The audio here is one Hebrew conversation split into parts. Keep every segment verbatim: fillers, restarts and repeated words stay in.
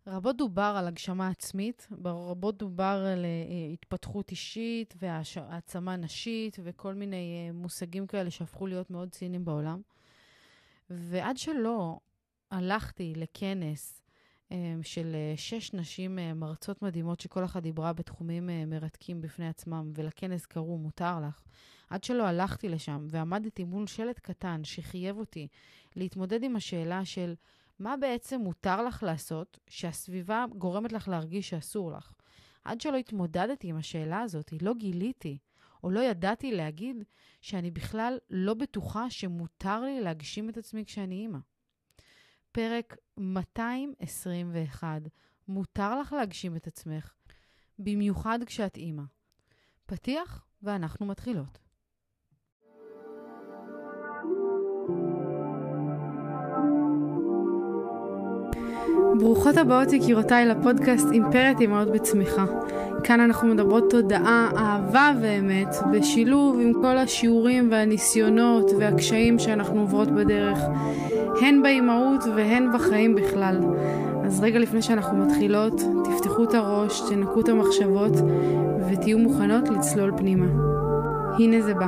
רבות דובר על הגשמה עצמית, רבות דובר על uh, התפתחות אישית והעצמה נשית וכל מיני uh, מושגים כאלה שהפכו להיות מאוד ציניים בעולם. ועד שלא הלכתי לכנס um, של uh, שש נשים uh, מרצות מדהימות שכל אחת דיברה בתחומים uh, מרתקים בפני עצמם, ולכנס קראו מותר לך, עד שלא הלכתי לשם ועמדתי מול שלט קטן שחייב אותי להתמודד עם השאלה של מה בעצם מותר לך לעשות שהסביבה גורמת לך להרגיש שאסור לך. עד שלא התמודדתי עם השאלה הזאת, לא גיליתי או לא ידעתי להגיד שאני בכלל לא בטוחה שמותר לי להגשים את עצמי כשאני אימא. פרק מאתיים עשרים ואחת, מותר לך להגשים את עצמך, במיוחד כשאת אימא. פתיח ואנחנו מתחילות. ברוכות הבאות יקירותיי לפודקאסט אימפרית אימהות בצמיחה. כאן אנחנו מדברות תודעה, אהבה ואמת, בשילוב עם כל השיעורים והניסיונות והקשיים שאנחנו עוברות בדרך, הן באימהות והן בחיים בכלל. אז רגע לפני שאנחנו מתחילות, תפתחו את הראש, תנקו את המחשבות ותהיו מוכנות לצלול פנימה. הנה זה בא.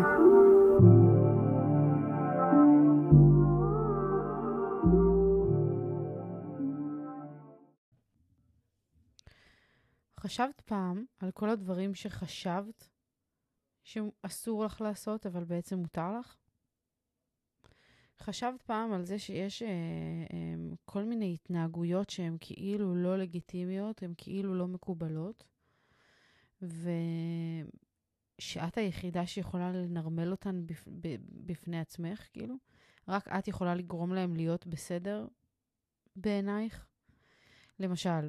חשבת פעם על כל הדברים שחשבת שאסור לך לעשות, אבל בעצם מותר לך? חשבת פעם על זה שיש אה, אה, כל מיני התנהגויות שהן כאילו לא לגיטימיות, הן כאילו לא מקובלות, ושאת היחידה שיכולה לנרמל אותן בפ, בפני עצמך, כאילו? רק את יכולה לגרום להם להיות בסדר בעינייך? למשל,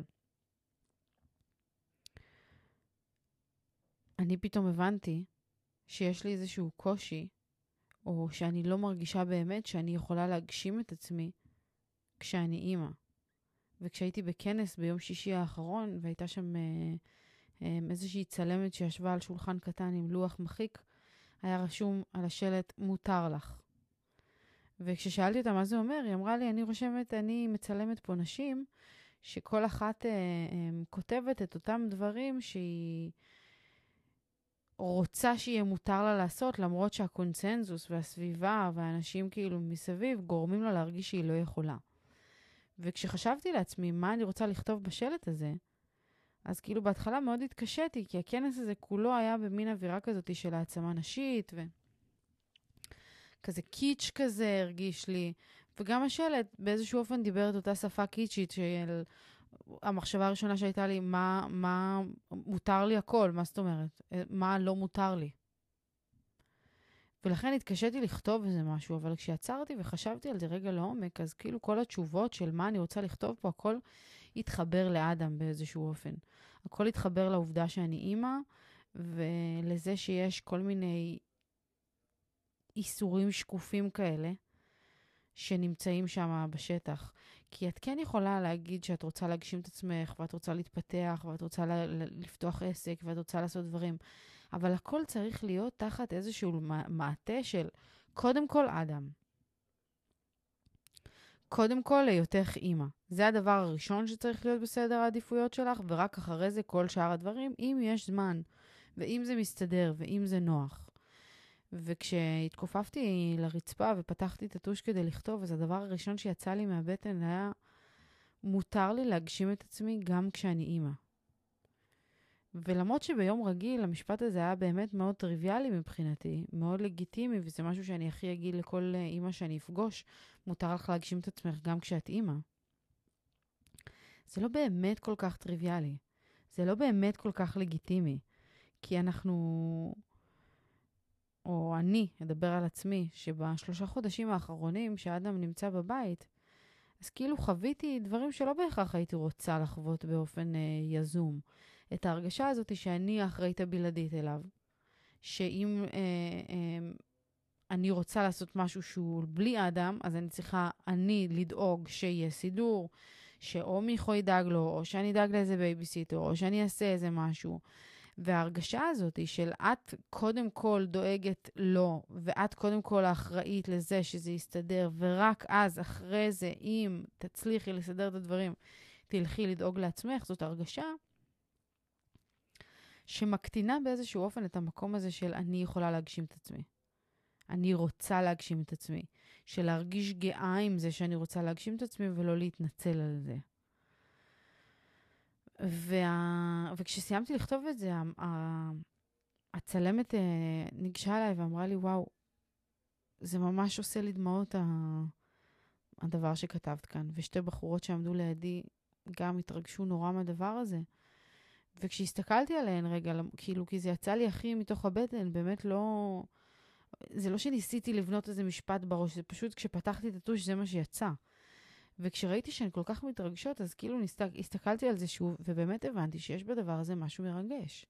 אני פתאום הבנתי שיש לי איזשהו קושי, או שאני לא מרגישה באמת שאני יכולה להגשים את עצמי כשאני אימא. וכשהייתי בכנס ביום שישי האחרון, והייתה שם אה, אה, איזושהי צלמת שישבה על שולחן קטן עם לוח מחיק, היה רשום על השלט מותר לך. וכששאלתי אותה מה זה אומר, היא אמרה לי, אני רושמת, אני מצלמת פה נשים, שכל אחת אה, אה, כותבת את אותם דברים שהיא רוצה שיהיה מותר לה לעשות, למרות שהקונצנזוס והסביבה והאנשים כאילו מסביב גורמים לה להרגיש שהיא לא יכולה. וכשחשבתי לעצמי מה אני רוצה לכתוב בשלט הזה, אז כאילו בהתחלה מאוד התקשיתי, כי הכנס הזה כולו היה במין אווירה כזאת של העצמה נשית, וכזה קיץ' כזה הרגיש לי, וגם השלט באיזשהו אופן דיבר את אותה שפה קיצ'ית של המחשבה הראשונה שהייתה לי, מה, מה מותר לי הכל, מה זאת אומרת? מה לא מותר לי? ולכן התקשיתי לכתוב איזה משהו, אבל כשיצרתי וחשבתי על זה רגע לעומק, אז כאילו כל התשובות של מה אני רוצה לכתוב פה, הכל התחבר לאדם באיזשהו אופן. הכל התחבר לעובדה שאני אימא, ולזה שיש כל מיני איסורים שקופים כאלה, שנמצאים שם בשטח. כי את כן יכולה להגיד שאת רוצה להגשים את עצמך, ואת רוצה להתפתח, ואת רוצה לפתוח עסק, ואת רוצה לעשות דברים. אבל הכל צריך להיות תחת איזשהו מעטה של קודם כל אדם. קודם כל להיותך אימא. זה הדבר הראשון שצריך להיות בסדר העדיפויות שלך, ורק אחרי זה כל שאר הדברים, אם יש זמן, ואם זה מסתדר, ואם זה נוח. וכשהתכופפתי לרצפה ופתחתי את הטוש כדי לכתוב, אז הדבר הראשון שיצא לי מהבטן היה, מותר לי להגשים את עצמי גם כשאני אימא. ולמרות שביום רגיל המשפט הזה היה באמת מאוד טריוויאלי מבחינתי, מאוד לגיטימי, וזה משהו שאני הכי אגיד לכל אימא שאני אפגוש, מותר לך להגשים את עצמך גם כשאת אימא. זה לא באמת כל כך טריוויאלי. זה לא באמת כל כך לגיטימי. כי אנחנו, או אני אדבר על עצמי, שבשלושה חודשים האחרונים שאדם נמצא בבית, אז כאילו חוויתי דברים שלא בהכרח הייתי רוצה לחוות באופן אה, יזום. את ההרגשה הזאת שאני האחראית הבלעדית אליו. שאם אה, אה, אני רוצה לעשות משהו שהוא בלי האדם, אז אני צריכה אני לדאוג שיהיה סידור, שאו מיכו ידאג לו, או שאני אדאג לאיזה בייביסיטר, או שאני אעשה איזה משהו. וההרגשה הזאת היא של את קודם כל דואגת לו, ואת קודם כל האחראית לזה שזה יסתדר, ורק אז אחרי זה, אם תצליחי לסדר את הדברים, תלכי לדאוג לעצמך, זאת הרגשה שמקטינה באיזשהו אופן את המקום הזה של אני יכולה להגשים את עצמי. אני רוצה להגשים את עצמי. של להרגיש גאה עם זה שאני רוצה להגשים את עצמי ולא להתנצל על זה. וה... וכשסיימתי לכתוב את זה, ה... הצלמת ניגשה אליי ואמרה לי, וואו, זה ממש עושה לי דמעות ה... הדבר שכתבת כאן. ושתי בחורות שעמדו לידי גם התרגשו נורא מהדבר הזה. וכשהסתכלתי עליהן רגע, כאילו, כי זה יצא לי הכי מתוך הבטן, באמת לא... זה לא שניסיתי לבנות איזה משפט בראש, זה פשוט כשפתחתי את הטוש זה מה שיצא. וכשראיתי שהן כל כך מתרגשות, אז כאילו נסתק, הסתכלתי על זה שוב, ובאמת הבנתי שיש בדבר הזה משהו מרגש.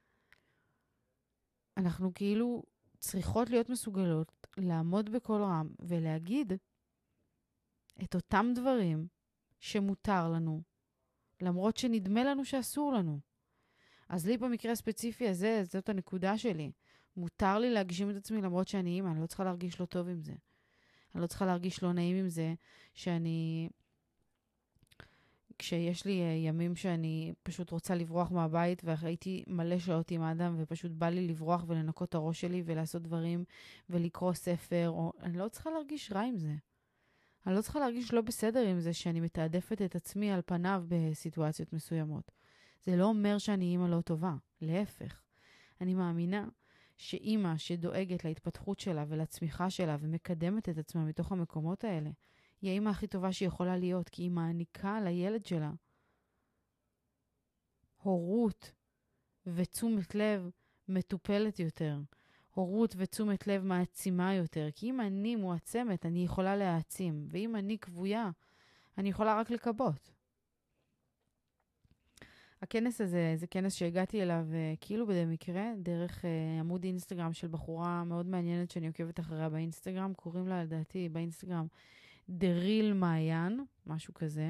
אנחנו כאילו צריכות להיות מסוגלות לעמוד בקול רם ולהגיד את אותם דברים שמותר לנו, למרות שנדמה לנו שאסור לנו. אז לי במקרה הספציפי הזה, זאת הנקודה שלי. מותר לי להגשים את עצמי למרות שאני אימא, אני לא צריכה להרגיש לא טוב עם זה. אני לא צריכה להרגיש לא נעים עם זה, שאני... כשיש לי ימים שאני פשוט רוצה לברוח מהבית, והייתי מלא שעות עם האדם, ופשוט בא לי לברוח ולנקות את הראש שלי, ולעשות דברים, ולקרוא ספר, או... אני לא צריכה להרגיש רע עם זה. אני לא צריכה להרגיש לא בסדר עם זה, שאני מתעדפת את עצמי על פניו בסיטואציות מסוימות. זה לא אומר שאני אימא לא טובה, להפך. אני מאמינה שאימא שדואגת להתפתחות שלה ולצמיחה שלה ומקדמת את עצמה מתוך המקומות האלה, היא האימא הכי טובה שיכולה להיות, כי היא מעניקה לילד שלה הורות ותשומת לב מטופלת יותר, הורות ותשומת לב מעצימה יותר, כי אם אני מועצמת, אני יכולה להעצים, ואם אני קבויה, אני יכולה רק לקבות. הכנס הזה, זה כנס שהגעתי אליו כאילו במקרה, דרך uh, עמוד אינסטגרם של בחורה מאוד מעניינת שאני עוקבת אחריה באינסטגרם, קוראים לה לדעתי באינסטגרם דריל מעיין, משהו כזה.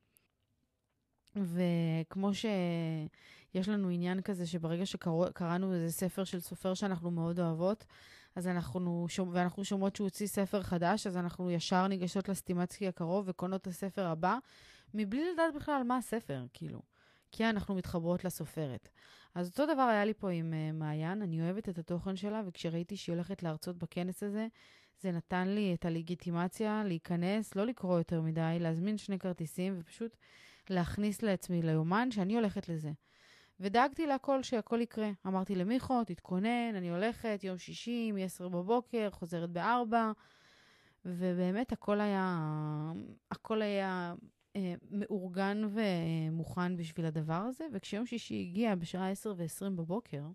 וכמו שיש לנו עניין כזה שברגע שקראנו איזה ספר של סופר שאנחנו מאוד אוהבות, אז אנחנו, ואנחנו שומעות שהוא הוציא ספר חדש, אז אנחנו ישר ניגשות לסטימצקי הקרוב וקונות את הספר הבא, מבלי לדעת בכלל מה הספר, כאילו. כי אנחנו מתחברות לסופרת. אז אותו דבר היה לי פה עם uh, מעיין, אני אוהבת את התוכן שלה, וכשראיתי שהיא הולכת להרצות בכנס הזה, זה נתן לי את הלגיטימציה להיכנס, לא לקרוא יותר מדי, להזמין שני כרטיסים, ופשוט להכניס לעצמי ליומן שאני הולכת לזה. ודאגתי להכל שהכל יקרה. אמרתי למיכו, תתכונן, אני הולכת, יום שישי, מ-עשר בבוקר, חוזרת בארבע, ובאמת הכל היה, הכל היה אה, מאורגן ומוכן בשביל הדבר הזה, וכשיום שישי הגיע בשעה עשר ועשרים בבוקר,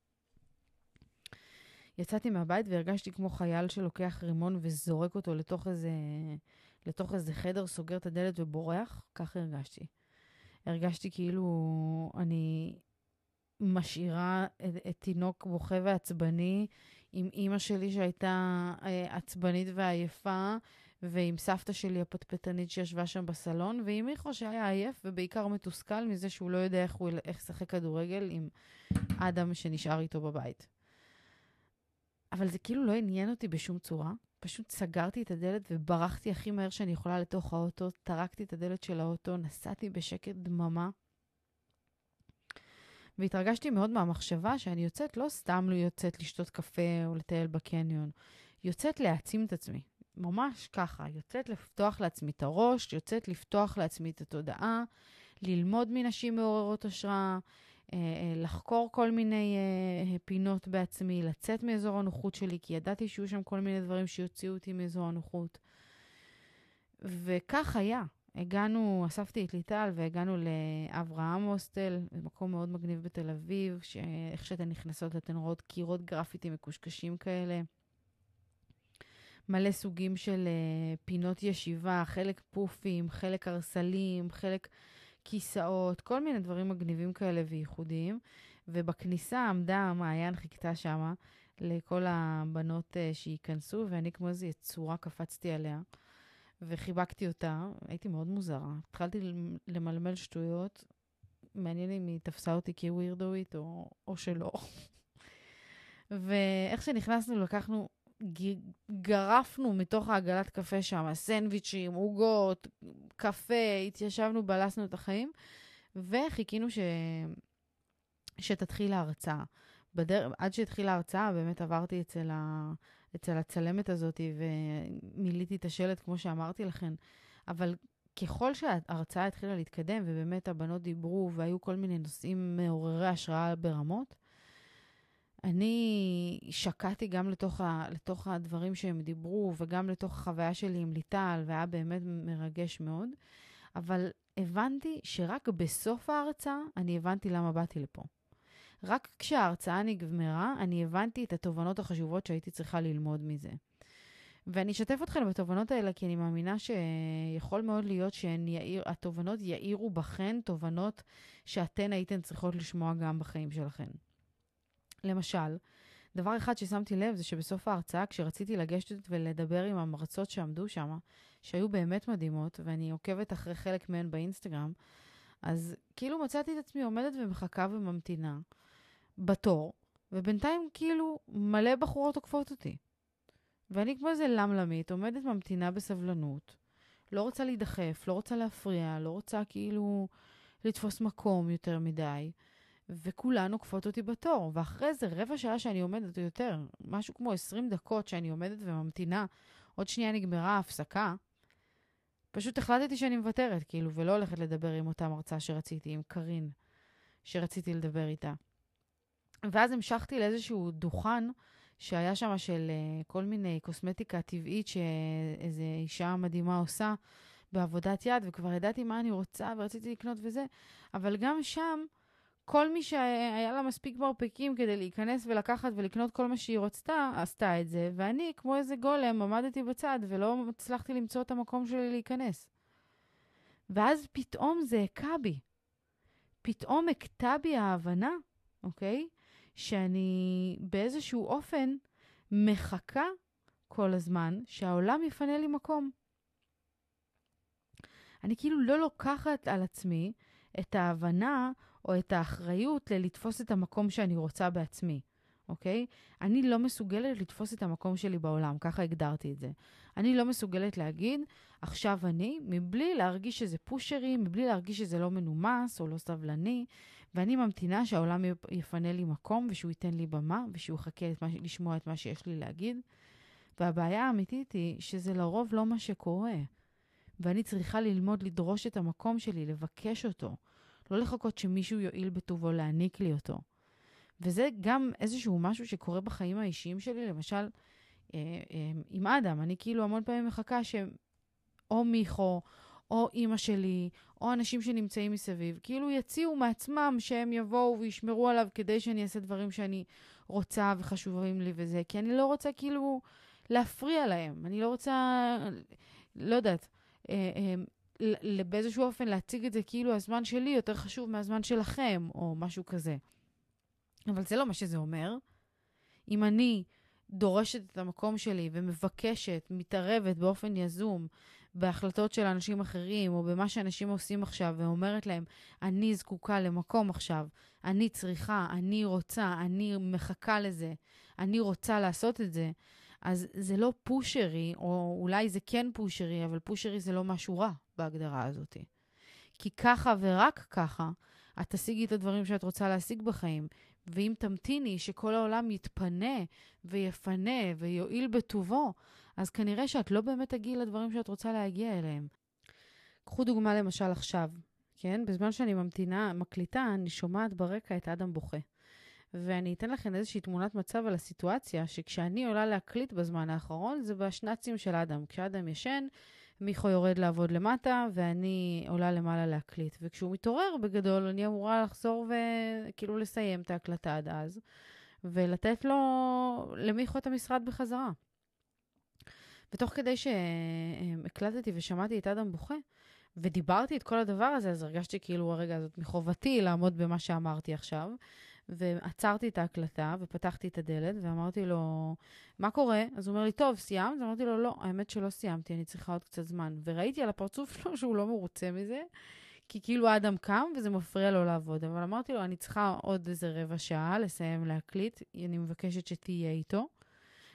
יצאתי מהבית והרגשתי כמו חייל שלוקח רימון וזורק אותו לתוך איזה, לתוך איזה חדר, סוגר את הדלת ובורח, כך הרגשתי. הרגשתי כאילו אני משאירה את, את תינוק בוכה ועצבני עם אמא שלי שהייתה אה, עצבנית ועייפה, ועם סבתא שלי הפטפטנית שישבה שם בסלון, ועם מיכו שהיה עייף ובעיקר מתוסכל מזה שהוא לא יודע איך הוא איך שחק כדורגל עם אדם שנשאר איתו בבית. אבל זה כאילו לא עניין אותי בשום צורה. פשוט סגרתי את הדלת וברחתי הכי מהר שאני יכולה לתוך האוטו, טרקתי את הדלת של האוטו, נסעתי בשקט דממה, והתרגשתי מאוד מהמחשבה שאני יוצאת, לא סתם לא יוצאת לשתות קפה או לטייל בקניון, יוצאת להעצים את עצמי. ממש ככה, יוצאת לפתוח לעצמי את הראש, יוצאת לפתוח לעצמי את התודעה, ללמוד מנשים מעוררות השראה, לחקור כל מיני פינות בעצמי, לצאת מאזור הנוחות שלי, כי ידעתי שיהיו שם כל מיני דברים שיוציאו אותי מאזור הנוחות. וכך היה. הגענו, אספתי את ליטל והגענו לאברהם הוסטל, מקום מאוד מגניב בתל אביב, שאיך שאתן נכנסות אתן רואות קירות גרפיטי מקושקשים כאלה. מלא סוגים של פינות ישיבה, חלק פופים, חלק ארסלים, חלק כיסאות, כל מיני דברים מגניבים כאלה וייחודיים. ובכניסה עמדה מעיין, חיכתה שמה לכל הבנות שייכנסו, ואני כמו איזו יצורה קפצתי עליה. וחיבקתי אותה, הייתי מאוד מוזרה. התחלתי למלמל שטויות, מעניין אם היא תפסה אותי כווירדואית או, או שלא. ואיך שנכנסנו, לקחנו גרפנו מתוך העגלת קפה שם, סנדוויצ'ים, עוגות, קפה, התיישבנו, בלסנו את החיים, וחיכינו ש... שתתחיל ההרצאה. בדר... עד שהתחילה ההרצאה, באמת עברתי אצל, ה... אצל הצלמת הזאת, ומיליתי את השלט, כמו שאמרתי לכם. אבל ככל שההרצאה התחילה להתקדם, ובאמת הבנות דיברו, והיו כל מיני נושאים מעוררי השראה ברמות, אני שקעתי גם לתוך, ה... לתוך הדברים שהם דיברו, וגם לתוך החוויה שלי עם ליטל, והיה באמת מרגש מאוד. אבל הבנתי שרק בסוף ההרצאה, אני הבנתי למה באתי לפה. רק כשההרצאה נגמרה, אני הבנתי את התובנות החשובות שהייתי צריכה ללמוד מזה. ואני אשתף אתכם בתובנות האלה, כי אני מאמינה שיכול מאוד להיות שהתובנות יאירו בכן, תובנות שאתן הייתן צריכות לשמוע גם בחיים שלכן. למשל, דבר אחד ששמתי לב זה שבסוף ההרצאה, כשרציתי לגשת ולדבר עם המרצות שעמדו שם, שהיו באמת מדהימות, ואני עוקבת אחרי חלק מהן באינסטגרם, אז כאילו מצאתי את עצמי עומדת ומחכה וממתינה בתור, ובינתיים כאילו מלא בחורות עוקפות אותי. ואני כמו איזה למלמית, עומדת ממתינה בסבלנות, לא רוצה להידחף, לא רוצה להפריע, לא רוצה כאילו לתפוס מקום יותר מדי, וכולן עוקפות אותי בתור. ואחרי זה רבע שעה שאני עומדת יותר, משהו כמו עשרים דקות שאני עומדת וממתינה, עוד שנייה נגמרה ההפסקה, פשוט החלטתי שאני מוותרת, כאילו, ולא הולכת לדבר עם אותה מרצה שרציתי, עם קרין, שרציתי לדבר איתה. ואז המשכתי לאיזשהו דוכן, שהיה שם של uh, כל מיני קוסמטיקה טבעית, שאיזו אישה מדהימה עושה בעבודת יד, וכבר ידעתי מה אני רוצה, ורציתי לקנות וזה. אבל גם שם, כל מי שהיה לה מספיק מרפקים כדי להיכנס ולקחת ולקנות כל מה שהיא רצתה, עשתה את זה, ואני כמו איזה גולם עמדתי בצד ולא הצלחתי למצוא את המקום שלי להיכנס. ואז פתאום זה הקע בי. פתאום הקטע בי ההבנה, אוקיי? שאני באיזשהו אופן מחכה כל הזמן שהעולם יפנה לי מקום. אני כאילו לא לוקחת על עצמי את ההבנה או את האחריות ללתפוס את המקום שאני רוצה בעצמי, אוקיי? אני לא מסוגלת לתפוס את המקום שלי בעולם, ככה הגדרתי את זה. אני לא מסוגלת להגיד, עכשיו אני, מבלי להרגיש שזה פושרי, מבלי להרגיש שזה לא מנומס או לא סבלני, ואני ממתינה שהעולם יפנה לי מקום ושהוא ייתן לי במה ושהוא יחכה את מה, לשמוע את מה שיש לי להגיד. והבעיה האמיתית היא שזה לרוב לא מה שקורה. ואני צריכה ללמוד לדרוש את המקום שלי, לבקש אותו. לא לחכות שמישהו יועיל בטובו להעניק לי אותו. וזה גם איזשהו משהו שקורה בחיים האישיים שלי, למשל, אה, אה, עם אדם. אני כאילו המון פעמים מחכה שאו מיכו, או אמא שלי, או אנשים שנמצאים מסביב, כאילו יציעו מעצמם שהם יבואו וישמרו עליו כדי שאני אעשה דברים שאני רוצה וחשובים לי וזה. כי אני לא רוצה כאילו להפריע להם. אני לא רוצה, לא יודעת, אה, אה, באיזשהו אופן להציג את זה כאילו הזמן שלי יותר חשוב מהזמן שלכם, או משהו כזה. אבל זה לא מה שזה אומר. אם אני דורשת את המקום שלי ומבקשת, מתערבת באופן יזום בהחלטות של אנשים אחרים, או במה שאנשים עושים עכשיו, ואומרת להם, אני זקוקה למקום עכשיו, אני צריכה, אני רוצה, אני מחכה לזה, אני רוצה לעשות את זה, אז זה לא פושרי, או אולי זה כן פושרי, אבל פושרי זה לא משהו רע בהגדרה הזאת. כי ככה ורק ככה, את תשיגי את הדברים שאת רוצה להשיג בחיים. ואם תמתיני שכל העולם יתפנה ויפנה ויועיל בטובו, אז כנראה שאת לא באמת תגיעי לדברים שאת רוצה להגיע אליהם. קחו דוגמה למשל עכשיו, כן? בזמן שאני ממתינה, מקליטה, אני שומעת ברקע את אדם בוכה. ואני אתן לכם איזושהי תמונת מצב על הסיטואציה, שכשאני עולה להקליט בזמן האחרון, זה בשנצים של אדם. כשאדם ישן, מיכו יורד לעבוד למטה, ואני עולה למעלה להקליט. וכשהוא מתעורר בגדול, אני אמורה לחזור וכאילו לסיים את ההקלטה עד אז, ולתת לו, למיכו את המשרד בחזרה. ותוך כדי שהקלטתי ושמעתי את אדם בוכה, ודיברתי את כל הדבר הזה, אז הרגשתי כאילו הרגע הזאת מחובתי לעמוד במה שאמרתי עכשיו, ועצרתי את ההקלטה ופתחתי את הדלת ואמרתי לו, מה קורה? אז הוא אומר לי, טוב, סיימת? אז אמרתי לו, לא, האמת שלא סיימתי, אני צריכה עוד קצת זמן. וראיתי על הפרצוף שלו שהוא לא מרוצה מזה, כי כאילו האדם קם וזה מפריע לו לעבוד. אבל אמרתי לו, אני צריכה עוד איזה רבע שעה לסיים להקליט, אני מבקשת שתהיה איתו.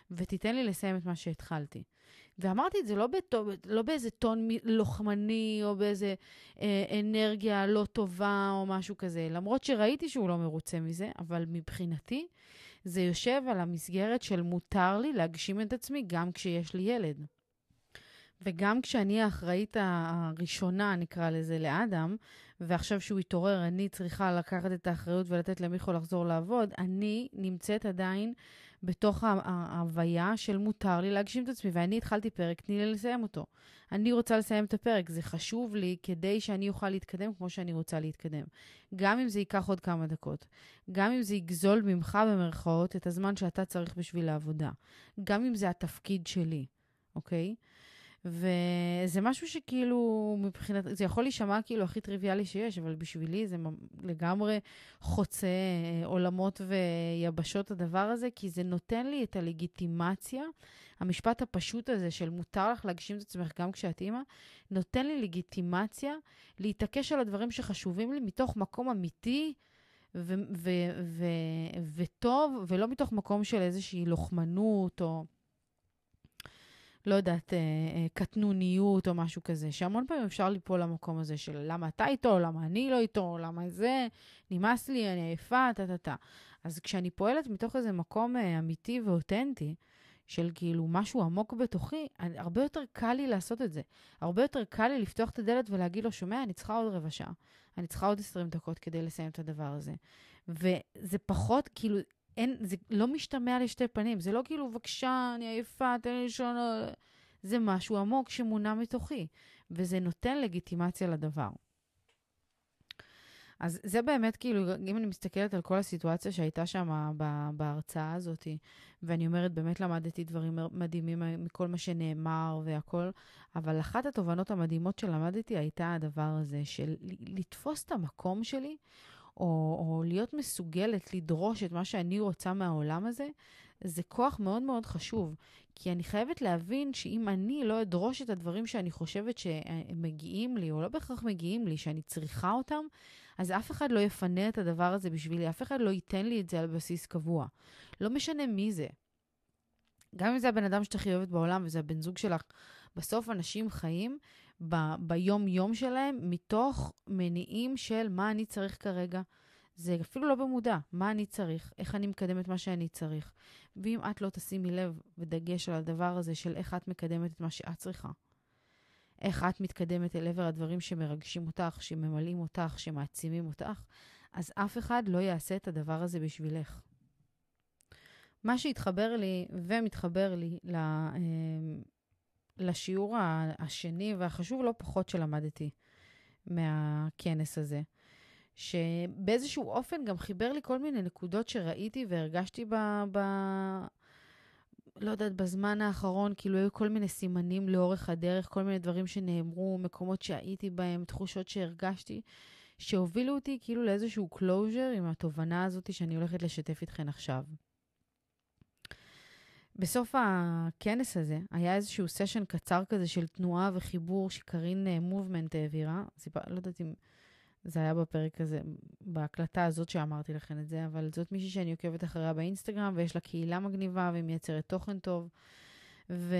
ותיתן לי לסיים את מה שהתחלתי. ואמרתי את זה לא, בטוב, לא באיזה טון לוחמני, או באיזה אה, אנרגיה לא טובה, או משהו כזה. למרות שראיתי שהוא לא מרוצה מזה, אבל מבחינתי, זה יושב על המסגרת של מותר לי להגשים את עצמי גם כשיש לי ילד. וגם כשאני האחראית הראשונה, נקרא לזה, לאדם, ועכשיו שהוא התעורר, אני צריכה לקחת את האחריות ולתת למיכו לחזור לעבוד, אני נמצאת עדיין בתוך ההוויה של מותר לי להגשים את עצמי, ואני התחלתי פרק, תני לי לסיים אותו. אני רוצה לסיים את הפרק, זה חשוב לי כדי שאני אוכל להתקדם כמו שאני רוצה להתקדם. גם אם זה ייקח עוד כמה דקות, גם אם זה יגזול ממך במרכאות את הזמן שאתה צריך בשביל העבודה, גם אם זה התפקיד שלי, אוקיי? וזה משהו שכאילו, מבחינת, זה יכול להישמע כאילו הכי טריוויאלי שיש, אבל בשבילי זה לגמרי חוצה עולמות ויבשות הדבר הזה, כי זה נותן לי את הלגיטימציה, המשפט הפשוט הזה של מותר לך להגשים את עצמך גם כשאת אימא, נותן לי לגיטימציה להתעקש על הדברים שחשובים לי מתוך מקום אמיתי ו- ו- ו- וטוב, ולא מתוך מקום של איזושהי לוחמנות או לא יודעת, קטנוניות או משהו כזה, שהמון פעמים אפשר ליפול למקום הזה של למה אתה איתו, למה אני לא איתו, למה זה, נמאס לי, אני עייפה, טה-טה-טה. אז כשאני פועלת מתוך איזה מקום אמיתי ואותנטי, של כאילו משהו עמוק בתוכי, הרבה יותר קל לי לעשות את זה. הרבה יותר קל לי לפתוח את הדלת ולהגיד לו, שומע, אני צריכה עוד רבע שעה. אני צריכה עוד עשרים דקות כדי לסיים את הדבר הזה. וזה פחות, כאילו, אין, זה לא משתמע לשתי פנים. זה לא כאילו, בבקשה, אני עייפה, תן לי לישון. זה משהו עמוק שמונע מתוכי. וזה נותן לגיטימציה לדבר. אז זה באמת כאילו, אם אני מסתכלת על כל הסיטואציה שהייתה שם בהרצאה הזאת, ואני אומרת, באמת למדתי דברים מדהימים מכל מה שנאמר והכל, אבל אחת התובנות המדהימות שלמדתי הייתה הדבר הזה, של לתפוס את המקום שלי, או, או להיות מסוגלת לדרוש את מה שאני רוצה מהעולם הזה, זה כוח מאוד מאוד חשוב. כי אני חייבת להבין שאם אני לא אדרוש את הדברים שאני חושבת שמגיעים לי, או לא בהכרח מגיעים לי, שאני צריכה אותם, אז אף אחד לא יפנה את הדבר הזה בשבילי, אף אחד לא ייתן לי את זה על בסיס קבוע. לא משנה מי זה. גם אם זה הבן אדם שאתה אוהבת בעולם, וזה הבן זוג שלך, בסוף אנשים חיים ב- ביום יום שלהם, מתוך מניעים של מה אני צריך כרגע. זה אפילו לא במודע, מה אני צריך, איך אני מקדמת מה שאני צריך. ואם את לא תשימי לב ודגש על הדבר הזה של איך את מקדמת את מה שאת צריכה, איך את מתקדמת אל עבר הדברים שמרגשים אותך, שממלאים אותך, שמעצימים אותך, אז אף אחד לא יעשה את הדבר הזה בשבילך. מה שהתחבר לי ומתחבר לי לשיעור השני והחשוב לא פחות שלמדתי מהכנס הזה, שבאיזשהו אופן גם חיבר לי כל מיני נקודות שראיתי והרגשתי ב... ב לא יודעת, בזמן האחרון, כאילו היו כל מיני סימנים לאורך הדרך, כל מיני דברים שנאמרו, מקומות שהייתי בהם, תחושות שהרגשתי, שהובילו אותי כאילו לאיזשהו closure עם התובנה הזאת שאני הולכת לשתף איתכן עכשיו. בסוף הכנס הזה, היה איזשהו סשן קצר כזה של תנועה וחיבור שקרין מובמנט העבירה. לא יודעת אם זה היה בפרק הזה, בהקלטה הזאת שאמרתי לכם את זה, אבל זאת מישהי שאני עוקבת אחריה באינסטגרם, ויש לה קהילה מגניבה, והיא מייצרת תוכן טוב. ו...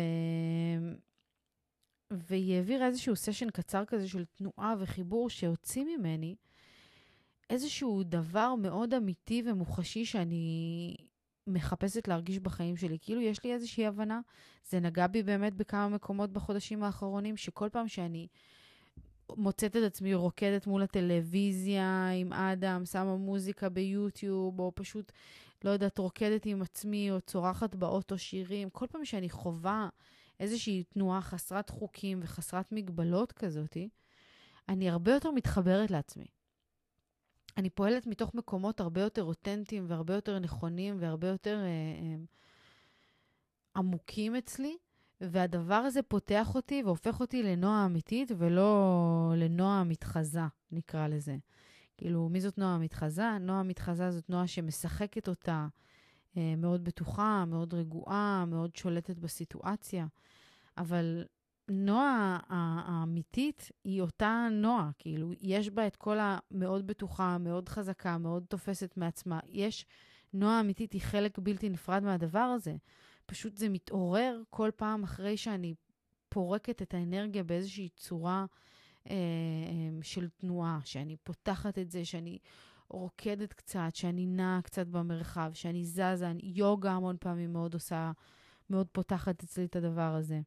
והיא העבירה איזשהו סשן קצר כזה של תנועה וחיבור שהוציא ממני איזשהו דבר מאוד אמיתי ומוחשי שאני מחפשת להרגיש בחיים שלי. כאילו יש לי איזושהי הבנה, זה נגע בי באמת בכמה מקומות בחודשים האחרונים, שכל פעם שאני מוצאת את עצמי רוקדת מול הטלוויזיה עם אדם, שמה מוזיקה ביוטיוב, או פשוט, לא יודעת, רוקדת עם עצמי, או צורחת באוטו שירים. כל פעם שאני חווה איזושהי תנועה חסרת חוקים וחסרת מגבלות כזאת, אני הרבה יותר מתחברת לעצמי. אני פועלת מתוך מקומות הרבה יותר אותנטיים, והרבה יותר נכונים, והרבה יותר אה, אה, עמוקים אצלי, והדבר הזה פותח אותי והופך אותי לנועה אמיתית, ולא לנועה מתחזה, נקרא לזה. כאילו, מי זאת נועה מתחזה? נועה מתחזה זאת נועה שמשחקת אותה, אה, מאוד בטוחה, מאוד רגועה, מאוד שולטת בסיטואציה. אבל נועה האמיתית היא אותה נועה, כאילו, יש בה את כל המאוד בטוחה, מאוד חזקה, מאוד תופסת מעצמה. יש, נועה האמיתית היא חלק בלתי נפרד מהדבר הזה. פשוט זה מתעורר כל פעם אחרי שאני פורקת את האנרגיה באיזושהי צורה אה, אה, של תנועה, שאני פותחת את זה, שאני רוקדת קצת, שאני נעה קצת במרחב, שאני זזה, אני, יוגה המון פעמים מאוד עושה, מאוד פותחת אצלי את הדבר הזה.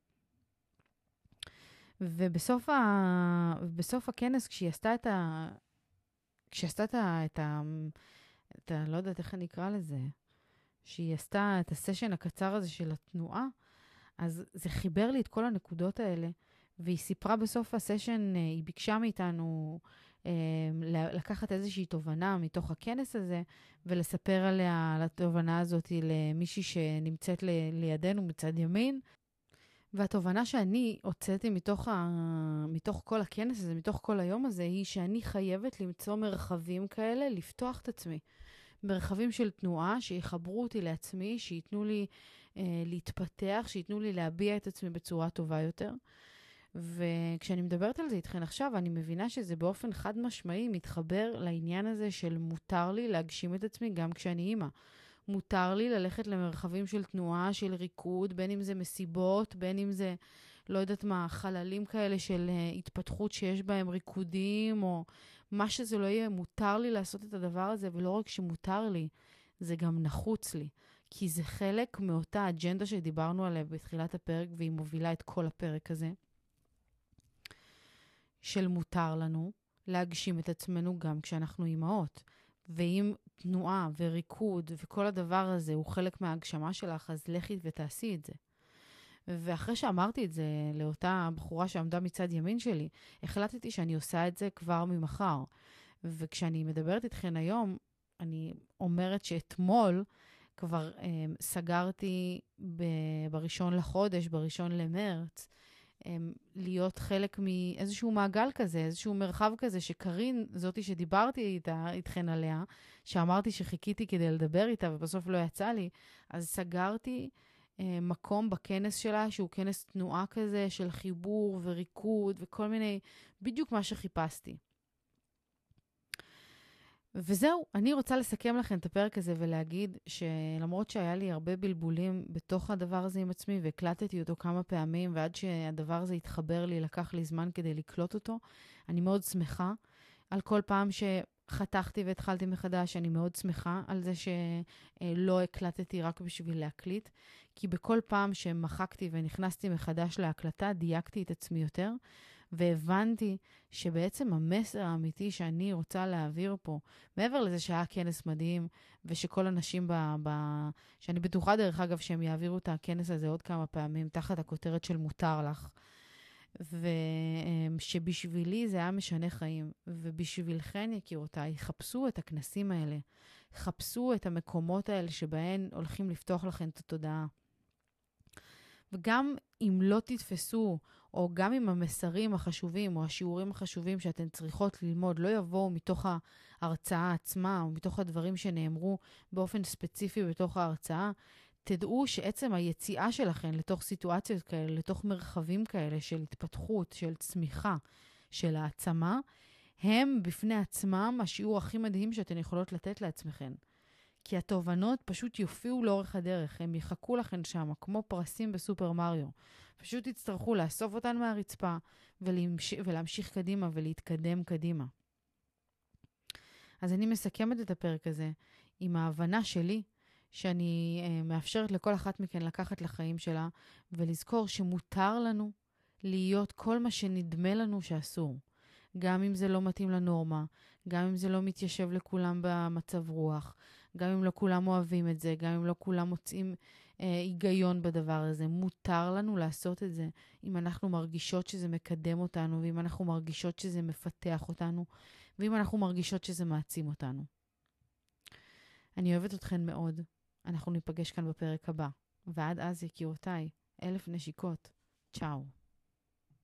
ובסוף ה... בסוף הכנס, כשהיא עשתה את ה... כשהיא עשתה את ה... את ה... את ה... לא יודעת איך אני אקרא לזה, שהיא עשתה את הסשן הקצר הזה של התנועה, אז זה חיבר לי את כל הנקודות האלה, והיא סיפרה בסוף הסשן, היא ביקשה מאיתנו אה, לקחת איזושהי תובנה מתוך הכנס הזה, ולספר עליה, על התובנה הזאת למישהי שנמצאת ל... לידינו מצד ימין, והתובנה שאני הוצאתי מתוך, ה... מתוך כל הכנס הזה, מתוך כל היום הזה, היא שאני חייבת למצוא מרחבים כאלה, לפתוח את עצמי. מרחבים של תנועה, שיחברו אותי לעצמי, שיתנו לי אה, להתפתח, שיתנו לי להביע את עצמי בצורה טובה יותר. וכשאני מדברת על זה איתכן עכשיו, אני מבינה שזה באופן חד משמעי מתחבר לעניין הזה של מותר לי להגשים את עצמי גם כשאני אימא. מותר לי ללכת למרחבים של תנועה, של ריקוד, בין אם זה מסיבות, בין אם זה, לא יודעת מה, חללים כאלה של uh, התפתחות שיש בהם ריקודים, או מה שזה לא יהיה, מותר לי לעשות את הדבר הזה, ולא רק שמותר לי, זה גם נחוץ לי. כי זה חלק מאותה אג'נדה שדיברנו עליה בתחילת הפרק, והיא מובילה את כל הפרק הזה, של מותר לנו להגשים את עצמנו גם כשאנחנו אימהות. ואם תנועה וריקוד וכל הדבר הזה הוא חלק מההגשמה שלך, אז לכי ותעשי את זה. ואחרי שאמרתי את זה לאותה בחורה שעמדה מצד ימין שלי, החלטתי שאני עושה את זה כבר ממחר. וכשאני מדברת איתכן היום, אני אומרת שאתמול כבר אה, סגרתי ב- בראשון לחודש, בראשון למרץ, להיות חלק מאיזשהו מעגל כזה, איזשהו מרחב כזה, שקרין, זאתי שדיברתי איתה, איתכן עליה, שאמרתי שחיכיתי כדי לדבר איתה, ובסוף לא יצא לי, אז סגרתי אה, מקום בכנס שלה, שהוא כנס תנועה כזה, של חיבור וריקוד, וכל מיני, בדיוק מה שחיפשתי. וזהו, אני רוצה לסכם לכם את הפרק הזה ולהגיד שלמרות שהיה לי הרבה בלבולים בתוך הדבר הזה עם עצמי, והקלטתי אותו כמה פעמים, ועד שהדבר הזה התחבר לי, לקח לי זמן כדי לקלוט אותו, אני מאוד שמחה על כל פעם שחתכתי והתחלתי מחדש, אני מאוד שמחה על זה שלא הקלטתי רק בשביל להקליט, כי בכל פעם שמחקתי ונכנסתי מחדש להקלטה, דייקתי את עצמי יותר, והבנתי שבעצם המסר האמיתי שאני רוצה להעביר פה, מעבר לזה שהיה כנס מדהים, ושכל אנשים, ב, ב, שאני בטוחה דרך אגב שהם יעבירו את הכנס הזה עוד כמה פעמים, תחת הכותרת של מותר לך, ושבשבילי זה היה משנה חיים, ובשבילכן יקירותיי, חפשו את הכנסים האלה, חפשו את המקומות האלה שבהן הולכים לפתוח לכם את התודעה. וגם אם לא תתפסו, או גם אם המסרים החשובים או השיעורים החשובים שאתן צריכות ללמוד לא יבואו מתוך ההרצאה עצמה, או מתוך הדברים שנאמרו באופן ספציפי בתוך ההרצאה, תדעו שעצם היציאה שלכן לתוך סיטואציות כאלה, לתוך מרחבים כאלה של התפתחות, של צמיחה, של העצמה, הם בפני עצמם השיעור הכי מדהים שאתן יכולות לתת לעצמכן. כי התובנות פשוט יופיעו לאורך הדרך, הם יחכו לכן שם, כמו פרסים בסופר מריו. פשוט תצטרכו לאסוף אותן מהרצפה, ולהמש... ולהמשיך קדימה ולהתקדם קדימה. אז אני מסכמת את הפרק הזה עם ההבנה שלי, שאני אה, מאפשרת לכל אחת מכן לקחת לחיים שלה, ולזכור שמותר לנו להיות כל מה שנדמה לנו שאסור. גם אם זה לא מתאים לנורמה, גם אם זה לא מתיישב לכולם במצב רוח, גם אם לא כולם אוהבים את זה, גם אם לא כולם מוצאים אה, היגיון בדבר הזה. מותר לנו לעשות את זה אם אנחנו מרגישות שזה מקדם אותנו, ואם אנחנו מרגישות שזה מפתח אותנו, ואם אנחנו מרגישות שזה מעצים אותנו. אני אוהבת אתכן מאוד. אנחנו ניפגש כאן בפרק הבא. ועד אז יקירותיי, אלף נשיקות. צ'או.